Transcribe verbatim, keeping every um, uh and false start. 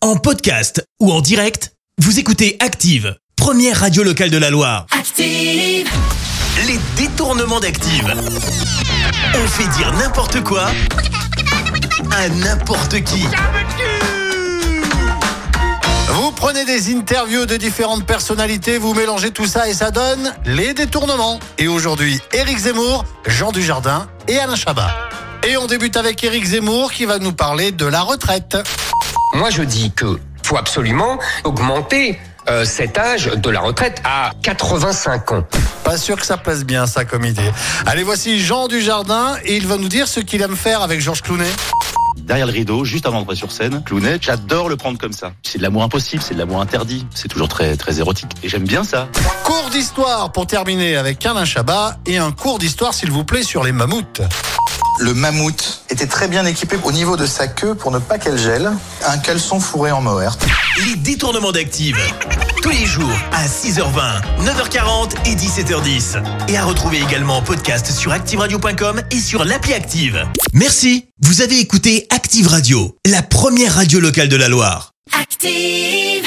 En podcast ou en direct, vous écoutez Active, première radio locale de la Loire. Active! Les détournements d'Active. On fait dire n'importe quoi à n'importe qui. Vous prenez des interviews de différentes personnalités, vous mélangez tout ça et ça donne les détournements. Et aujourd'hui, Éric Zemmour, Jean Dujardin et Alain Chabat. Et on débute avec Éric Zemmour qui va nous parler de la retraite. Moi je dis que faut absolument augmenter euh, cet âge de la retraite à quatre-vingt-cinq ans. Pas sûr que ça plaise bien ça comme idée. Allez, voici Jean Dujardin et il va nous dire ce qu'il aime faire avec Georges Clooney. Derrière le rideau, juste avant d'entrer sur scène, Clooney, j'adore le prendre comme ça. C'est de l'amour impossible, c'est de l'amour interdit. C'est toujours très très érotique. Et j'aime bien ça. Cours d'histoire pour terminer avec Alain Chabat et un cours d'histoire s'il vous plaît sur les mammouths. Le mammouth était très bien équipé au niveau de sa queue pour ne pas qu'elle gèle. Un caleçon fourré en mohair. Les détournements d'Active. Tous les jours à six heures vingt, neuf heures quarante et dix-sept heures dix. Et à retrouver également en podcast sur active radio point com et sur l'appli Active. Merci. Vous avez écouté Active Radio, la première radio locale de la Loire. Active!